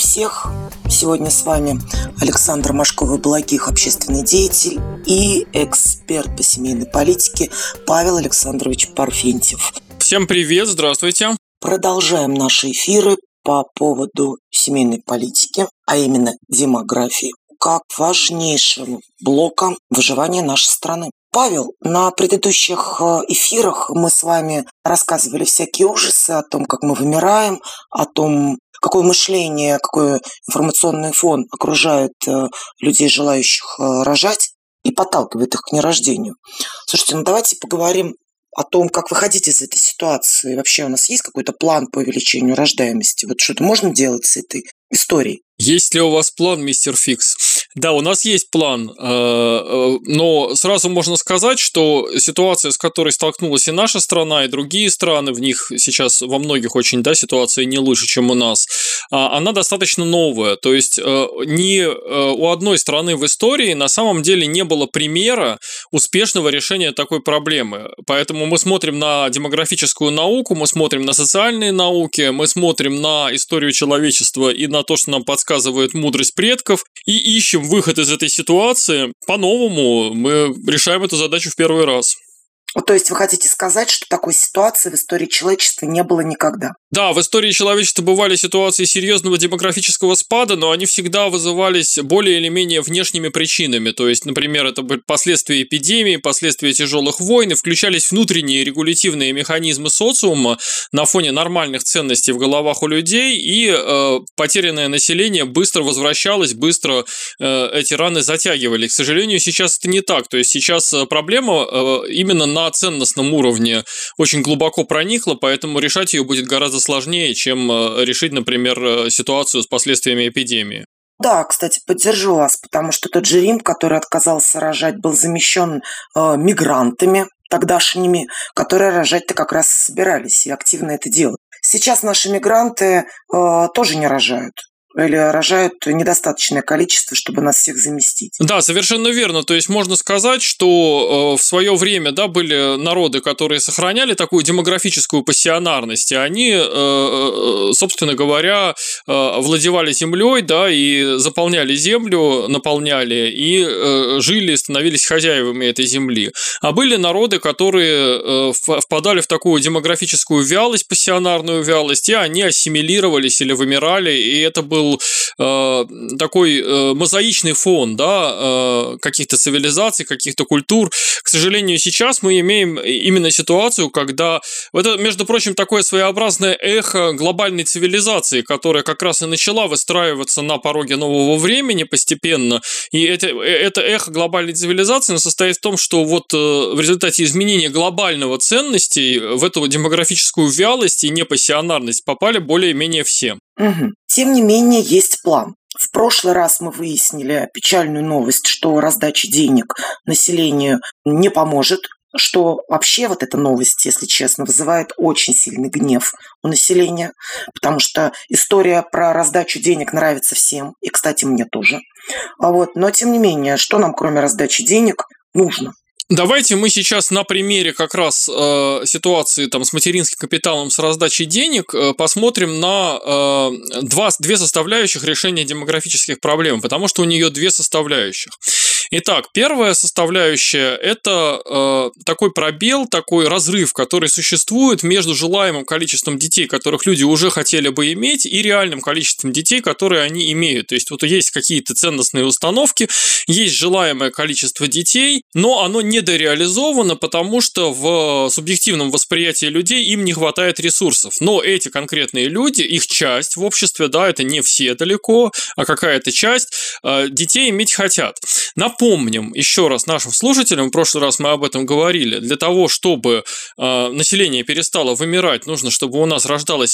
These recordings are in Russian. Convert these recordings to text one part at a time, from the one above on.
всех! Сегодня с вами Александр Машкова-Благих, общественный деятель, и эксперт по семейной политике Павел Александрович Парфентьев. Всем привет, здравствуйте! Продолжаем наши эфиры по поводу семейной политики, а именно демографии, как важнейшего блока выживания нашей страны. Павел, на предыдущих эфирах мы с вами рассказывали всякие ужасы о том, как мы вымираем, о том, какое мышление, какой информационный фон окружает людей, желающих рожать, и подталкивает их к нерождению. Слушайте, давайте поговорим о том, как выходить из этой ситуации. Вообще у нас есть какой-то план по увеличению рождаемости? Вот что-то можно делать с этой историей? Есть ли у вас план, мистер Фикс? Да, у нас есть план, но сразу можно сказать, что ситуация, с которой столкнулась и наша страна, и другие страны, в них сейчас во многих очень, ситуация не лучше, чем у нас, она достаточно новая. То есть ни у одной страны в истории на самом деле не было примера успешного решения такой проблемы. Поэтому мы смотрим на демографическую науку, мы смотрим на социальные науки, мы смотрим на историю человечества и на то, что нам подсказывает мудрость предков, и ищем выход из этой ситуации. По-новому мы решаем эту задачу в первый раз. То есть вы хотите сказать, что такой ситуации в истории человечества не было никогда? Да, в истории человечества бывали ситуации серьезного демографического спада, но они всегда вызывались более или менее внешними причинами. То есть, например, это были последствия эпидемии, последствия тяжелых войн, и включались внутренние регулятивные механизмы социума на фоне нормальных ценностей в головах у людей, и потерянное население быстро возвращалось, быстро эти раны затягивали. К сожалению, сейчас это не так. То есть сейчас проблема именно на ценностном уровне очень глубоко проникла, поэтому решать ее будет гораздо сложнее, чем решить, например, ситуацию с последствиями эпидемии. Да, кстати, поддержу вас, потому что тот же Рим, который отказался рожать, был замещен мигрантами тогдашними, которые рожать-то как раз собирались и активно это делают. Сейчас наши мигранты тоже не рожают. Или рожают недостаточное количество, чтобы нас всех заместить. Да, совершенно верно. То есть можно сказать, что в свое время были народы, которые сохраняли такую демографическую пассионарность, и они, собственно говоря, владевали землей, и заполняли землю, наполняли, и жили, становились хозяевами этой земли. А были народы, которые впадали в такую демографическую вялость, пассионарную вялость, и они ассимилировались или вымирали, и это был такой мозаичный фон, каких-то цивилизаций, каких-то культур. К сожалению, сейчас мы имеем именно ситуацию, когда это, между прочим, такое своеобразное эхо глобальной цивилизации, которая как раз и начала выстраиваться на пороге нового времени постепенно. И это эхо глобальной цивилизации состоит в том, что в результате изменения глобального ценностей в эту демографическую вялость и непассионарность попали более-менее все. Угу. Тем не менее, есть план. В прошлый раз мы выяснили печальную новость, что раздача денег населению не поможет, что вообще эта новость, если честно, вызывает очень сильный гнев у населения, потому что история про раздачу денег нравится всем, и, кстати, мне тоже. Но, тем не менее, что нам, кроме раздачи денег, нужно? Давайте мы сейчас на примере как раз ситуации с материнским капиталом, с раздачей денег посмотрим на две составляющих решения демографических проблем, потому что у нее две составляющих. Итак, первая составляющая – это такой пробел, такой разрыв, который существует между желаемым количеством детей, которых люди уже хотели бы иметь, и реальным количеством детей, которые они имеют. То есть есть какие-то ценностные установки, есть желаемое количество детей, но оно недореализовано, потому что в субъективном восприятии людей им не хватает ресурсов. Но эти конкретные люди, их часть в обществе, это не все далеко, а какая-то часть, детей иметь хотят. Напомним еще раз нашим слушателям, в прошлый раз мы об этом говорили, для того, чтобы население перестало вымирать, нужно, чтобы у нас рождалось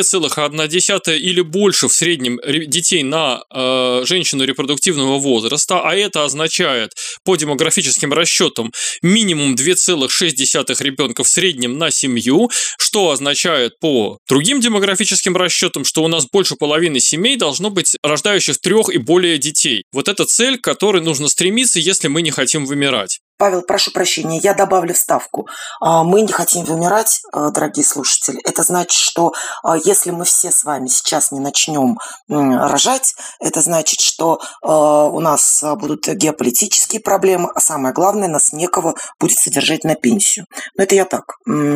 2,1 или больше в среднем детей на женщину репродуктивного возраста, а это означает по демографическим расчетам минимум 2,6 ребенка в среднем на семью, что означает по другим демографическим расчетам, что у нас больше половины семей должно быть рождающих 3 и более детей. Вот это цель, к которой нужно стремиться, если мы не хотим вымирать. Павел, прошу прощения, я добавлю вставку. Мы не хотим вымирать, дорогие слушатели. Это значит, что если мы все с вами сейчас не начнем рожать, это значит, что у нас будут геополитические проблемы, а самое главное, нас некого будет содержать на пенсию. Но это я так,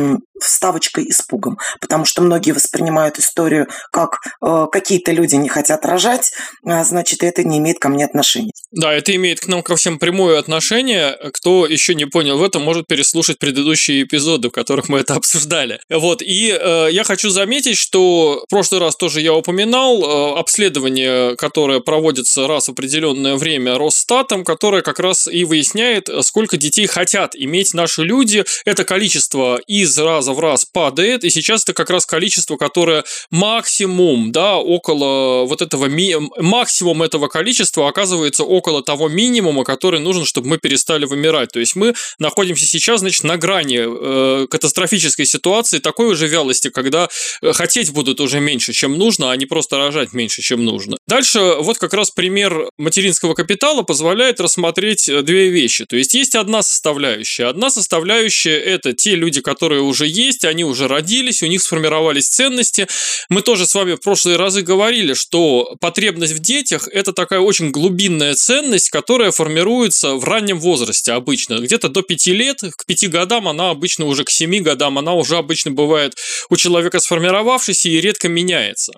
вставочкой испугом, потому что многие воспринимают историю как какие-то люди не хотят рожать, значит, это не имеет ко мне отношения. Да, это имеет к нам ко всем прямое отношение. Кто еще не понял в этом, может переслушать предыдущие эпизоды, в которых мы это обсуждали. Вот, и я хочу заметить, что в прошлый раз тоже я упоминал обследование, которое проводится раз в определенное время Росстатом, которое как раз и выясняет, сколько детей хотят иметь наши люди. Это количество из раза в раз падает, и сейчас это как раз количество, которое максимум, да, около вот этого максимум этого количества оказывается около того минимума, который нужен, чтобы мы перестали вымирать. То есть мы находимся сейчас, значит, на грани катастрофической ситуации, такой уже вялости, когда хотеть будут уже меньше, чем нужно, а не просто рожать меньше, чем нужно. Дальше вот как раз пример материнского капитала позволяет рассмотреть две вещи. То есть есть одна составляющая. Одна составляющая – это те люди, которые уже есть, они уже родились, у них сформировались ценности. Мы тоже с вами в прошлые разы говорили, что потребность в детях – это такая очень глубинная ценность, которая формируется в раннем возрасте обычно. Где-то до 5 лет, к 5 годам она обычно уже, к 7 годам она уже обычно бывает у человека сформировавшейся и редко меняется.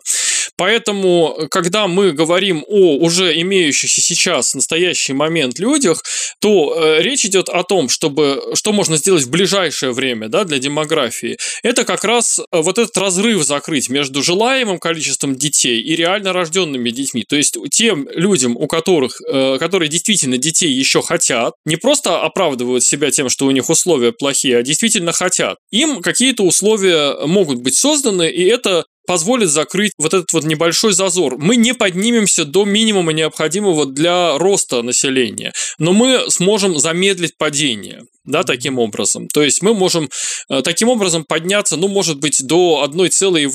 Поэтому, когда мы говорим о уже имеющихся сейчас в настоящий момент людях, то речь идет о том, что можно сделать в ближайшее время, да, для демографии. Это как раз вот этот разрыв закрыть между желаемым количеством детей и реально рожденными детьми. То есть тем людям, которые действительно детей еще хотят, не просто оправдывают себя тем, что у них условия плохие, а действительно хотят. Им какие-то условия могут быть созданы, и это позволит закрыть вот этот вот небольшой зазор. Мы не поднимемся до минимума необходимого для роста населения, но мы сможем замедлить падение, да, таким образом. То есть мы можем таким образом подняться, ну, может быть, до 1,8,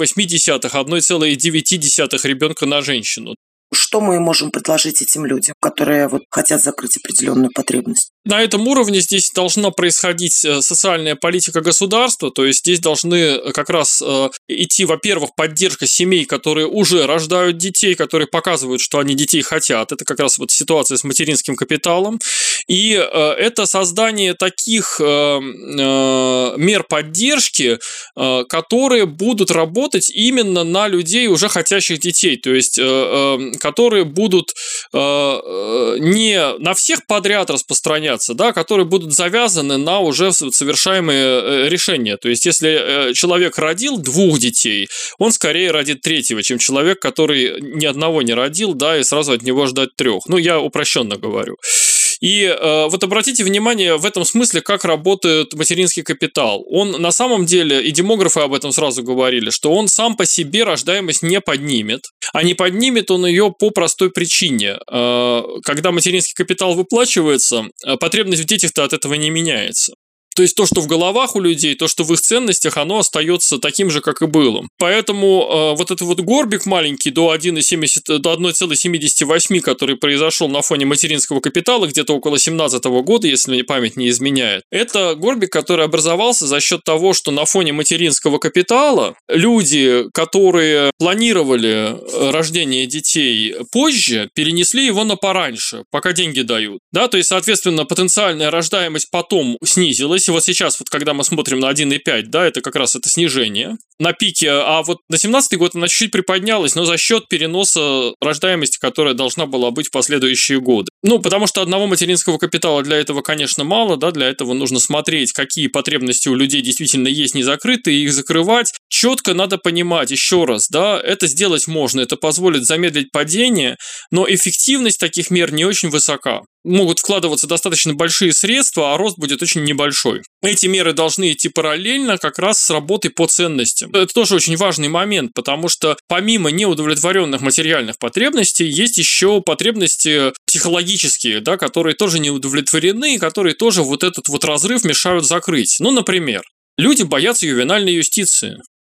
1,9 ребенка на женщину. Что мы можем предложить этим людям, которые вот хотят закрыть определенную потребность? На этом уровне здесь должна происходить социальная политика государства, то есть здесь должны как раз идти, во-первых, поддержка семей, которые уже рождают детей, которые показывают, что они детей хотят. Это как раз вот ситуация с материнским капиталом. И это создание таких мер поддержки, которые будут работать именно на людей, уже хотящих детей, то есть которые будут не на всех подряд распространяться, да, которые будут завязаны на уже совершаемые решения. То есть, если человек родил 2 детей, он скорее родит 3-го, чем человек, который ни одного не родил, да, и сразу от него ждать 3. Ну, я упрощенно говорю. И вот обратите внимание в этом смысле, как работает материнский капитал. Он на самом деле, и демографы об этом сразу говорили, что он сам по себе рождаемость не поднимет, а не поднимет он ее по простой причине. Когда материнский капитал выплачивается, потребность в детях-то от этого не меняется. То есть то, что в головах у людей, то, что в их ценностях, оно остается таким же, как и было. Поэтому вот этот вот горбик маленький до 1,78, который произошел на фоне материнского капитала где-то около 2017 года, если мне память не изменяет, это горбик, который образовался за счет того, что на фоне материнского капитала люди, которые планировали рождение детей позже, перенесли его на пораньше, пока деньги дают. Да, то есть, соответственно, потенциальная рождаемость потом снизилась. И вот сейчас, вот когда мы смотрим на 1,5, да, это как раз это снижение на пике, а вот на 2017 год она чуть-чуть приподнялась, но за счет переноса рождаемости, которая должна была быть в последующие годы. Ну, потому что одного материнского капитала для этого, конечно, мало, да, для этого нужно смотреть, какие потребности у людей действительно есть незакрытые, их закрывать. Четко надо понимать, еще раз, да, это сделать можно, это позволит замедлить падение, но эффективность таких мер не очень высока. Могут вкладываться достаточно большие средства, а рост будет очень небольшой. Эти меры должны идти параллельно как раз с работой по ценностям. Это тоже очень важный момент, потому что помимо неудовлетворенных материальных потребностей, есть еще потребности психологические, да, которые тоже не удовлетворены, и которые тоже вот этот вот разрыв мешают закрыть. Ну, например, люди боятся ювенальной юстиции.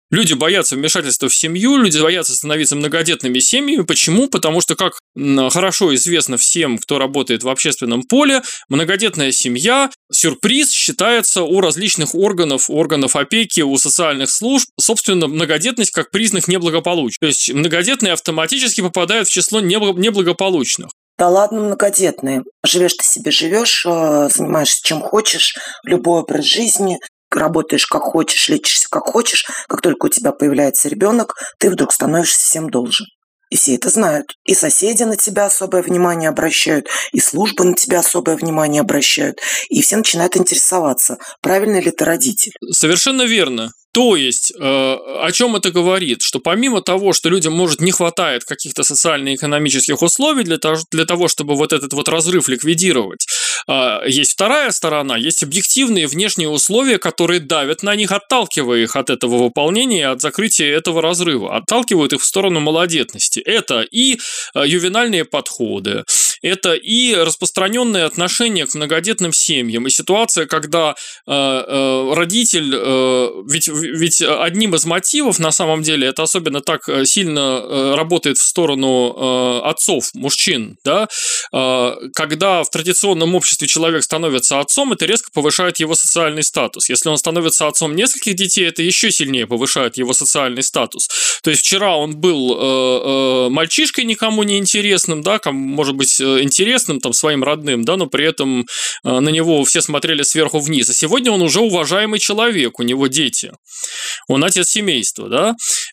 Люди боятся вмешательства в семью, люди боятся становиться многодетными семьями. Почему? Потому что, как хорошо известно всем, кто работает в общественном поле, многодетная семья, сюрприз, считается у различных органов опеки, у социальных служб, собственно, многодетность как признак неблагополучия. То есть многодетные автоматически попадают в число неблагополучных. Да ладно, многодетные. Живешь ты себе, занимаешься чем хочешь, любой образ жизни, работаешь как хочешь, лечишься как хочешь. Как только у тебя появляется ребенок, ты вдруг становишься всем должен. И все это знают. И соседи на тебя особое внимание обращают, и службы на тебя особое внимание обращают. И все начинают интересоваться, правильный ли ты родитель. Совершенно верно. То есть, о чем это говорит? Что помимо того, что людям, может, не хватает каких-то социально-экономических условий для того, чтобы вот этот вот разрыв ликвидировать, есть вторая сторона, есть объективные внешние условия, которые давят на них, отталкивая их от этого выполнения, от закрытия этого разрыва, отталкивают их в сторону малодетности. Это и ювенальные подходы, это и распространенное отношение к многодетным семьям, и ситуация, когда родитель, ведь одним из мотивов, на самом деле, это особенно так сильно работает в сторону отцов, мужчин, да, когда в традиционном обществе человек становится отцом, это резко повышает его социальный статус. Если он становится отцом нескольких детей, это еще сильнее повышает его социальный статус. То есть вчера он был мальчишкой никому не интересным, да, может быть, интересным там своим родным, да, но при этом на него все смотрели сверху вниз. А сегодня он уже уважаемый человек, у него дети. Он отец семейства, да.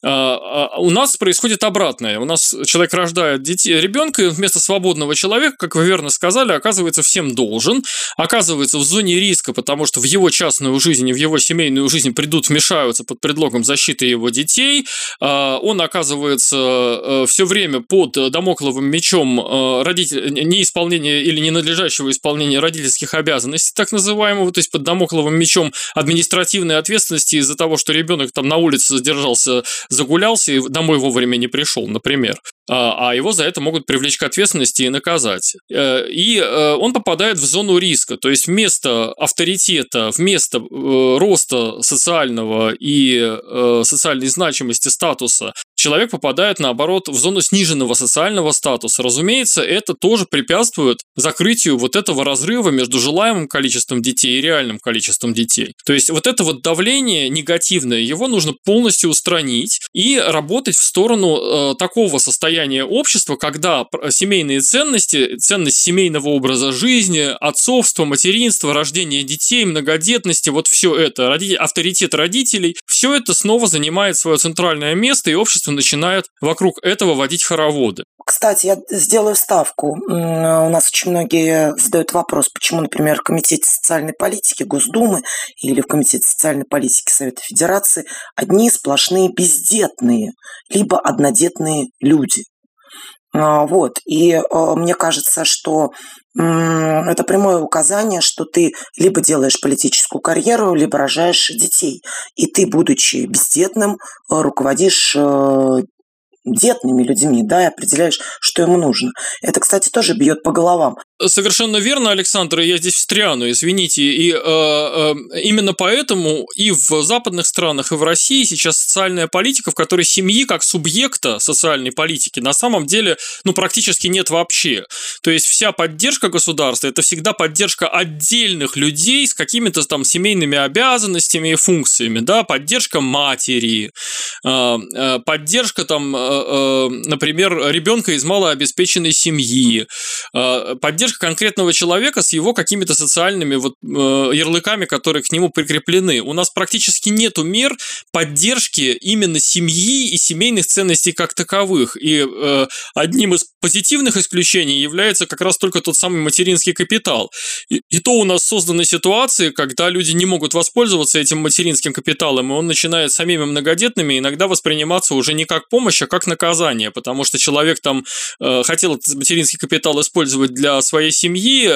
У нас происходит обратное. У нас человек рождает ребенка, и вместо свободного человека, как вы верно сказали, оказывается всем должен, оказывается в зоне риска, потому что в его частную жизнь и в его семейную жизнь вмешаются под предлогом защиты его детей. Он оказывается все время под дамокловым мечом неисполнения или ненадлежащего исполнения родительских обязанностей, так называемого, то есть под дамокловым мечом административной ответственности из-за того, что ребенок там на улице задержался, загулялся и домой вовремя не пришел, например. А его за это могут привлечь к ответственности и наказать. И он попадает в зону риска, то есть вместо авторитета, вместо роста социального и социальной значимости статуса, человек попадает, наоборот, в зону сниженного социального статуса. Разумеется, это тоже препятствует закрытию вот этого разрыва между желаемым количеством детей и реальным количеством детей. То есть вот это вот давление негативное, его нужно полностью устранить и работать в сторону такого состояния общества, когда семейные ценности, ценность семейного образа жизни, отцовство, материнство, рождение детей, многодетности, вот все это, авторитет родителей, все это снова занимает свое центральное место, и общество начинает вокруг этого водить хороводы. Кстати, я сделаю ставку. У нас очень многие задают вопрос, почему, например, в Комитете социальной политики Госдумы или в Комитете социальной политики Совета Федерации одни сплошные бездетные, либо однодетные люди. Вот. И мне кажется, что это прямое указание, что ты либо делаешь политическую карьеру, либо рожаешь детей. И ты, будучи бездетным, руководишь детными людьми, да, и определяешь, что им нужно. Это, кстати, тоже бьет по головам. Совершенно верно, Александр, я здесь встряну, извините. И именно поэтому и в западных странах, и в России сейчас социальная политика, в которой семьи как субъекта социальной политики на самом деле практически нет вообще. То есть вся поддержка государства – это всегда поддержка отдельных людей с какими-то там семейными обязанностями и функциями, да, поддержка матери, поддержка там, например, ребенка из малообеспеченной семьи, поддержка конкретного человека с его какими-то социальными ярлыками, которые к нему прикреплены. У нас практически нету мер поддержки именно семьи и семейных ценностей как таковых. И одним из позитивных исключений является как раз только тот самый материнский капитал. И то у нас созданы ситуации, когда люди не могут воспользоваться этим материнским капиталом, и он начинает самими многодетными иногда восприниматься уже не как помощь, а как наказание, потому что человек там хотел этот материнский капитал использовать для своей семьи,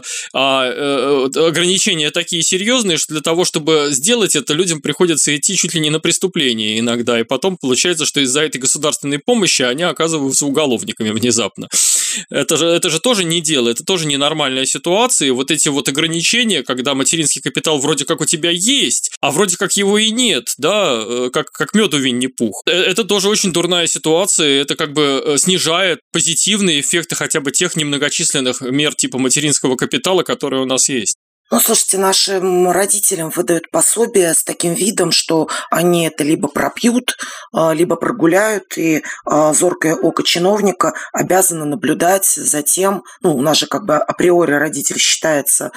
ограничения такие серьезные, что для того, чтобы сделать это, людям приходится идти чуть ли не на преступление иногда, и потом получается, что из-за этой государственной помощи они оказываются уголовниками внезапно. Это же тоже не дело, это тоже ненормальная ситуация. И вот эти вот ограничения, когда материнский капитал вроде как у тебя есть, а вроде как его и нет, да, как мед у Винни-Пух. Это тоже очень дурная ситуация, это как бы снижает позитивные эффекты хотя бы тех немногочисленных мер типа материнского капитала, которые у нас есть. Ну, слушайте, нашим родителям выдают пособие с таким видом, что они это либо пропьют, либо прогуляют, и зоркое око чиновника обязано наблюдать за тем, ну, у нас же как бы априори родитель считается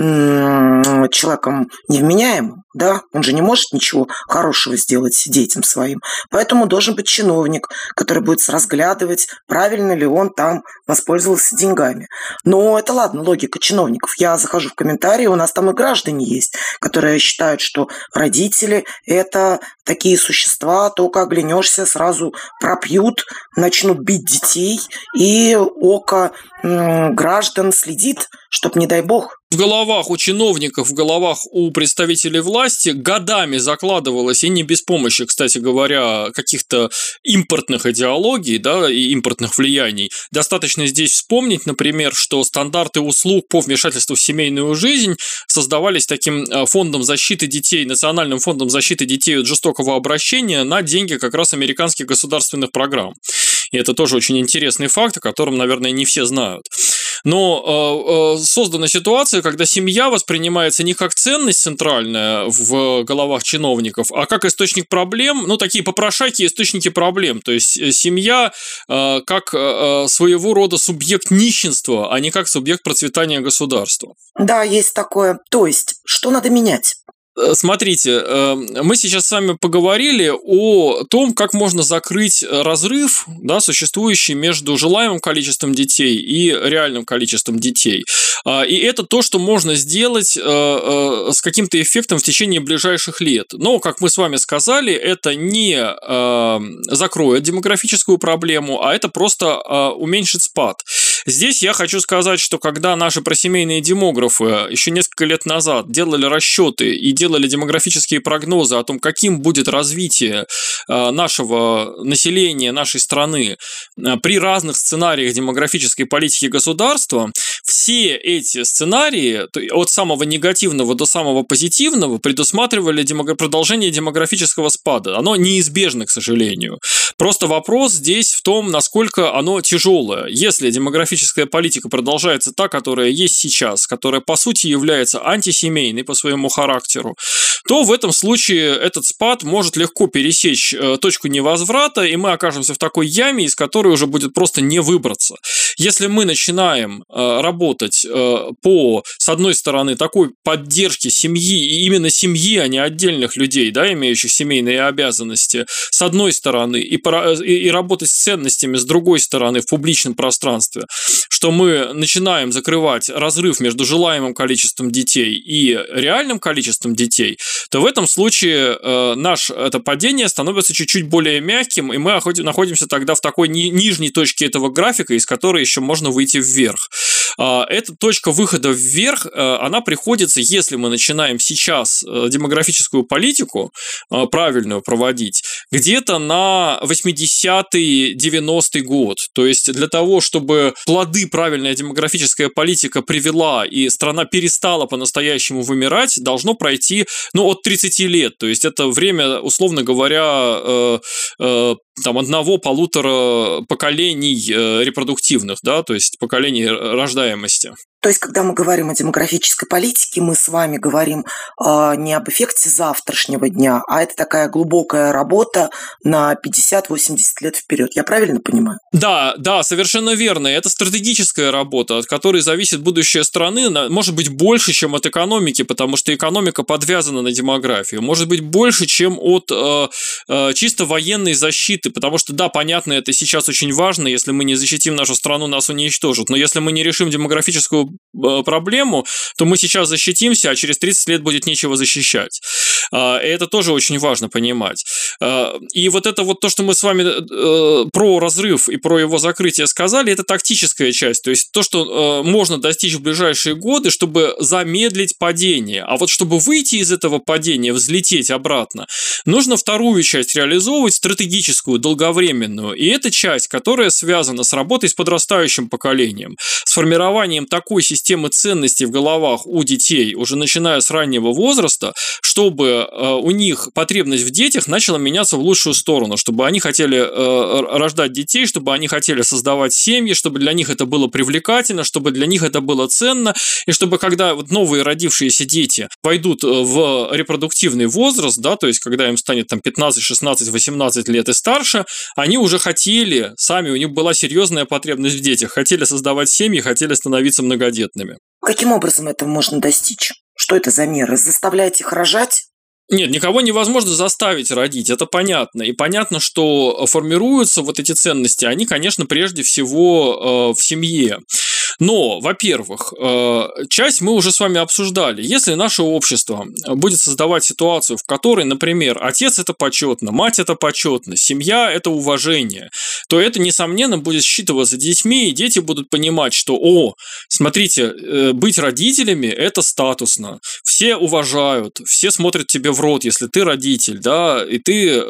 человеком невменяемым, да, он же не может ничего хорошего сделать детям своим, поэтому должен быть чиновник, который будет разглядывать, правильно ли он там воспользовался деньгами. Но это ладно, логика чиновников. Я захожу в комментарии, у нас там и граждане есть, которые считают, что родители – это такие существа, только оглянешься, сразу пропьют, начнут бить детей, и око граждан следит, чтоб, не дай бог. В головах у чиновников, в головах у представителей власти годами закладывалось, и не без помощи, кстати говоря, каких-то импортных идеологий, да, и импортных влияний. Достаточно здесь вспомнить, например, что стандарты услуг по вмешательству в семейную жизнь создавались таким фондом защиты детей, Национальным фондом защиты детей от жестокого обращения на деньги как раз американских государственных программ. И это тоже очень интересный факт, о котором, наверное, не все знают. Но создана ситуация, когда семья воспринимается не как ценность центральная в головах чиновников, а как источник проблем, ну, такие попрошайки, источники проблем. То есть семья как своего рода субъект нищенства, а не как субъект процветания государства. Да, есть такое. То есть, что надо менять? Смотрите, мы сейчас с вами поговорили о том, как можно закрыть разрыв, да, существующий между желаемым количеством детей и реальным количеством детей. И это то, что можно сделать с каким-то эффектом в течение ближайших лет. Но, как мы с вами сказали, это не закроет демографическую проблему, а это просто уменьшит спад. Здесь я хочу сказать, что когда наши просемейные демографы еще несколько лет назад делали расчеты и делали демографические прогнозы о том, каким будет развитие нашего населения, нашей страны при разных сценариях демографической политики государства, все эти сценарии, от самого негативного до самого позитивного, предусматривали продолжение демографического спада. Оно неизбежно, к сожалению. Просто вопрос здесь в том, насколько оно тяжелое. Если демографическая политика продолжается та, которая есть сейчас, которая по сути является антисемейной по своему характеру, то в этом случае этот спад может легко пересечь точку невозврата, и мы окажемся в такой яме, из которой уже будет просто не выбраться. Если мы начинаем работать по, с одной стороны, такой поддержке семьи, и именно семьи, а не отдельных людей, да, имеющих семейные обязанности, с одной стороны, и работать с ценностями с другой стороны в публичном пространстве, что мы начинаем закрывать разрыв между желаемым количеством детей и реальным количеством детей, то в этом случае это падение становится чуть-чуть более мягким, и мы находимся тогда в такой нижней точке этого графика, из которой еще можно выйти вверх. Эта точка выхода вверх, она приходится, если мы начинаем сейчас демографическую политику правильную проводить, где-то на 80-й, 90-й год. То есть для того, чтобы плоды правильная демографическая политика привела и страна перестала по-настоящему вымирать, должно пройти, от 30 лет. То есть это время, условно говоря, там 1-1,5 поколений репродуктивных, да, то есть поколений рождаемости. То есть, когда мы говорим о демографической политике, мы с вами говорим не об эффекте завтрашнего дня, а это такая глубокая работа на 50-80 лет вперед. Я правильно понимаю? Да, совершенно верно. Это стратегическая работа, от которой зависит будущее страны, может быть, больше, чем от экономики, потому что экономика подвязана на демографию. Может быть, больше, чем от чисто военной защиты, потому что, да, понятно, это сейчас очень важно. Если мы не защитим нашу страну, нас уничтожат. Но если мы не решим демографическую проблему, то мы сейчас защитимся, а через 30 лет будет нечего защищать. И это тоже очень важно понимать. И вот это вот то, что мы с вами про разрыв и про его закрытие сказали, это тактическая часть, то есть то, что можно достичь в ближайшие годы, чтобы замедлить падение. А вот чтобы выйти из этого падения, взлететь обратно, нужно вторую часть реализовывать, стратегическую, долговременную. И это часть, которая связана с работой с подрастающим поколением, с формированием такой системы ценностей в головах у детей, уже начиная с раннего возраста, чтобы у них потребность в детях начала меняться в лучшую сторону, чтобы они хотели рождать детей, чтобы они хотели создавать семьи, чтобы для них это было привлекательно, чтобы для них это было ценно, и чтобы когда вот новые родившиеся дети войдут в репродуктивный возраст, да, то есть когда им станет там 15, 16, 18 лет и старше, они уже хотели, сами у них была серьезная потребность в детях, хотели создавать семьи, хотели становиться многодетными. Каким образом этого можно достичь? Что это за меры? Заставлять их рожать? Нет, никого невозможно заставить родить, это понятно. И понятно, что формируются вот эти ценности, они, конечно, прежде всего в семье. Но, во-первых, часть мы уже с вами обсуждали. Если наше общество будет создавать ситуацию, в которой, например, отец – это почетно, мать – это почетно, семья – это уважение, то это, несомненно, будет считываться детьми, и дети будут понимать, что, смотрите, быть родителями – это статусно, все уважают, все смотрят тебе в рот, если ты родитель, да, и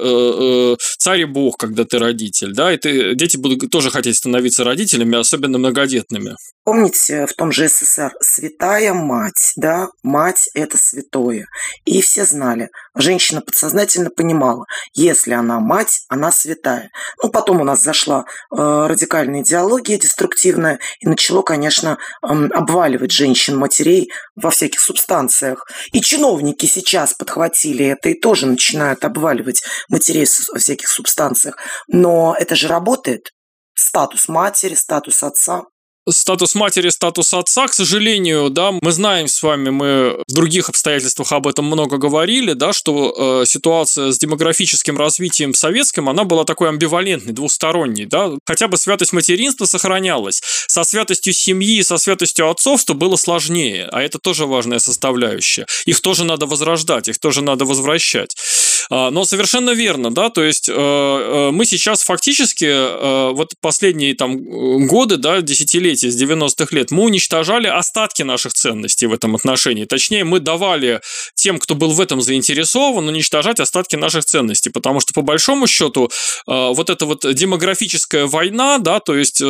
ты царь и бог, когда ты родитель, да, и дети будут тоже хотеть становиться родителями, особенно многодетными. Помните, в том же СССР святая мать, да, мать – это святое. И все знали, женщина подсознательно понимала, если она мать, она святая. Потом у нас зашла радикальная идеология деструктивная, и начало, конечно, обваливать женщин-матерей во всяких субстанциях. И чиновники сейчас подхватили это и тоже начинают обваливать матерей во всяких субстанциях. Но это же работает. Статус матери, статус отца. Статус матери, статус отца, к сожалению, да, мы знаем с вами, мы в других обстоятельствах об этом много говорили, да, что ситуация с демографическим развитием советским, она была такой амбивалентной, двусторонней, да, хотя бы святость материнства сохранялась, со святостью семьи, со святостью отцовства было сложнее, а это тоже важная составляющая, их тоже надо возрождать, их тоже надо возвращать. Но совершенно верно, да, то есть мы сейчас фактически, вот последние там годы, да, десятилетия, с 90-х лет, мы уничтожали остатки наших ценностей в этом отношении. Точнее, мы давали тем, кто был в этом заинтересован, уничтожать остатки наших ценностей, потому что, по большому счету, вот эта вот демографическая война, да, то есть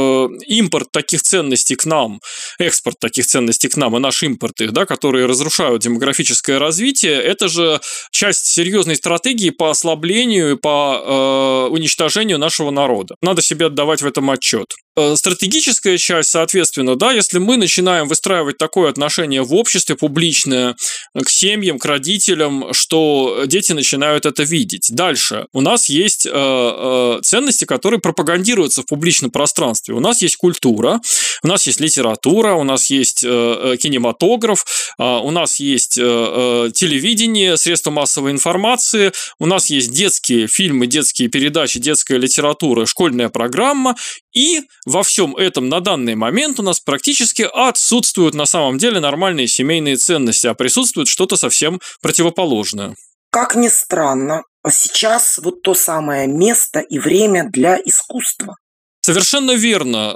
импорт таких ценностей к нам, экспорт таких ценностей к нам и наш импорт их, да, которые разрушают демографическое развитие, это же часть серьезной стратегии по ослаблению и по уничтожению нашего народа. Надо себе отдавать в этом отчет. Стратегическая часть, соответственно, да, если мы начинаем выстраивать такое отношение в обществе публичное к семьям, к родителям, что дети начинают это видеть. Дальше. У нас есть ценности, которые пропагандируются в публичном пространстве. У нас есть культура, у нас есть литература, у нас есть кинематограф, у нас есть телевидение, средства массовой информации, у нас есть детские фильмы, детские передачи, детская литература, школьная программа, и во всем этом на данный момент у нас практически отсутствуют на самом деле нормальные семейные ценности, а присутствует что-то совсем противоположное. Как ни странно, сейчас вот то самое место и время для искусства. Совершенно верно.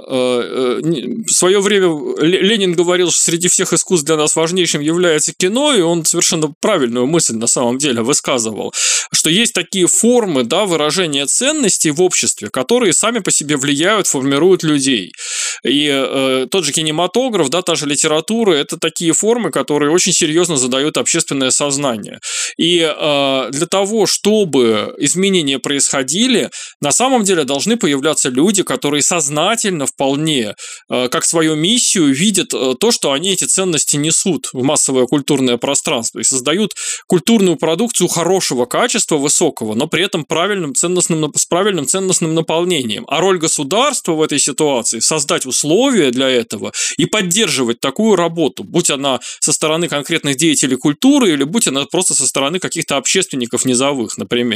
В свое время Ленин говорил, что среди всех искусств для нас важнейшим является кино, и он совершенно правильную мысль на самом деле высказывал, что есть такие формы, да, выражения ценностей в обществе, которые сами по себе влияют, формируют людей. И тот же кинематограф, да, та же литература – это такие формы, которые очень серьезно задают общественное сознание. И для того, чтобы изменения происходили, на самом деле должны появляться люди, которые сознательно вполне, как свою миссию, видят то, что они эти ценности несут в массовое культурное пространство и создают культурную продукцию хорошего качества, высокого, но при этом с правильным ценностным наполнением. А роль государства в этой ситуации – создать условия для этого и поддерживать такую работу, будь она со стороны конкретных деятелей культуры или будь она просто со стороны каких-то общественников низовых, например.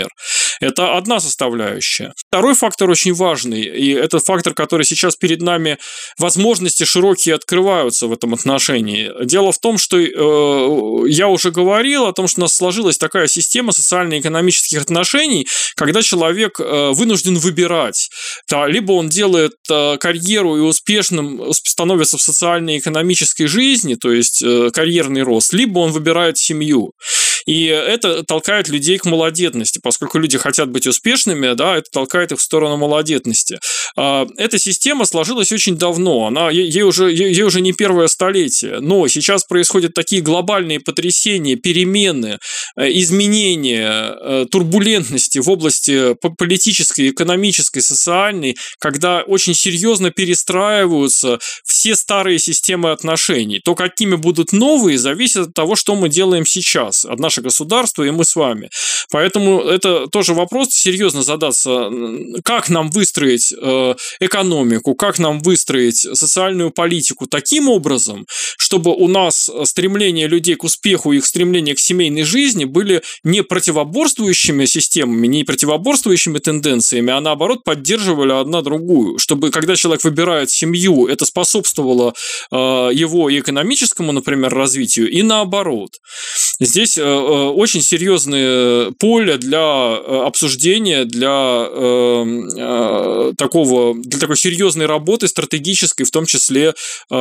Это одна составляющая. Второй фактор очень важный, и это фактор, который сейчас перед нами, возможности широкие открываются в этом отношении. Дело в том, что я уже говорил о том, что у нас сложилась такая система социально-экономических отношений, когда человек вынужден выбирать. Либо он делает карьеру и успешным становится в социально-экономической жизни, то есть карьерный рост, либо он выбирает семью. И это толкает людей к малодетности, поскольку люди хотят быть успешными, да, это толкает их в сторону малодетности. Эта система сложилась очень давно, ей уже не первое столетие, но сейчас происходят такие глобальные потрясения, перемены, изменения, турбулентности в области политической, экономической, социальной, когда очень серьезно перестраиваются все старые системы отношений. То, какими будут новые, зависит от того, что мы делаем сейчас, от наше государство и мы с вами. Поэтому это тоже вопрос серьезно задаться, как нам выстроить экономику, как нам выстроить социальную политику таким образом, чтобы у нас стремление людей к успеху и их стремление к семейной жизни были не противоборствующими системами, не противоборствующими тенденциями, а наоборот поддерживали одна другую, чтобы когда человек выбирает семью, это способствовало его и экономическому, например, развитию, и наоборот. Здесь очень серьезное поле для обсуждения, для такой серьезной работы, стратегической, в том числе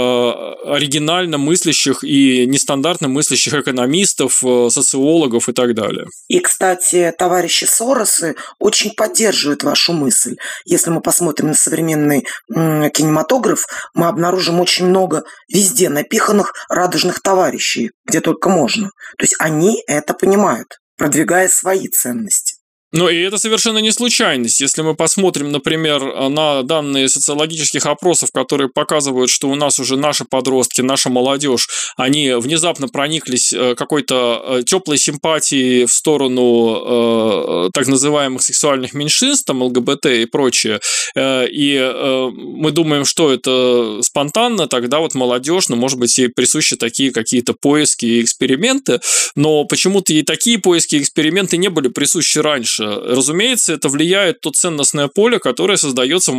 оригинально мыслящих и нестандартно мыслящих экономистов, социологов и так далее. И, кстати, товарищи Соросы очень поддерживают вашу мысль. Если мы посмотрим на современный кинематограф, мы обнаружим очень много везде напиханных радужных товарищей, где только можно. То есть они это понимают, продвигая свои ценности. Но и это совершенно не случайность. Если мы посмотрим, например, на данные социологических опросов, которые показывают, что у нас уже наши подростки, наша молодежь, они внезапно прониклись какой-то теплой симпатией в сторону так называемых сексуальных меньшинств, там, ЛГБТ и прочее, и мы думаем, что это спонтанно, тогда вот молодежь, может быть, ей присущи такие какие-то поиски и эксперименты, но почему-то и такие поиски и эксперименты не были присущи раньше. Разумеется, это влияет то ценностное поле, которое создается в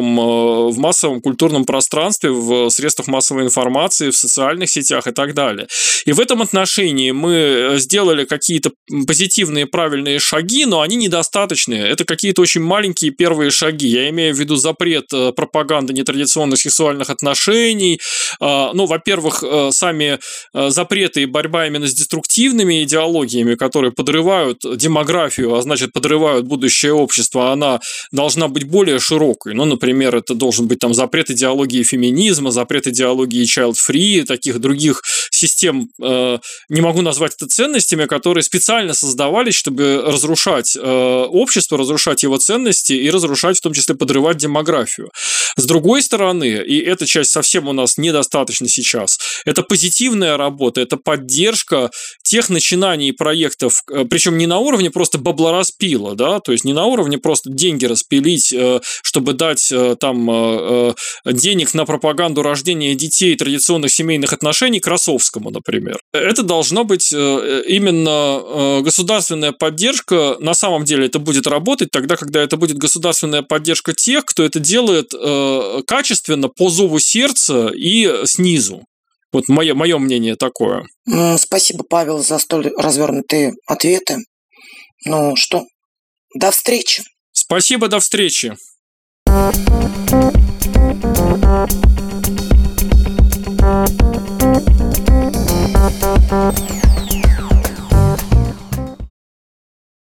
массовом культурном пространстве, в средствах массовой информации, в социальных сетях и так далее. И в этом отношении мы сделали какие-то позитивные, правильные шаги, но они недостаточные. Это какие-то очень маленькие первые шаги. Я имею в виду запрет пропаганды нетрадиционных сексуальных отношений. Во-первых, сами запреты и борьба именно с деструктивными идеологиями, которые подрывают демографию, а значит, подрывают будущее общество, она должна быть более широкой. Например, это должен быть там запрет идеологии феминизма, запрет идеологии child-free, таких других систем, не могу назвать это ценностями, которые специально создавались, чтобы разрушать общество, разрушать его ценности и разрушать, в том числе подрывать демографию. С другой стороны, и эта часть совсем у нас недостаточно сейчас, это позитивная работа, это поддержка тех начинаний и проектов, причем не на уровне просто баблораспила, да, то есть не на уровне просто деньги распилить, чтобы дать там денег на пропаганду рождения детей традиционных семейных отношений Красовскому, например. Это должна быть именно государственная поддержка. На самом деле это будет работать тогда, когда это будет государственная поддержка тех, кто это делает качественно, по зову сердца и снизу. Вот мое мнение такое. Спасибо, Павел, за столь развернутые ответы. До встречи. Спасибо, до встречи.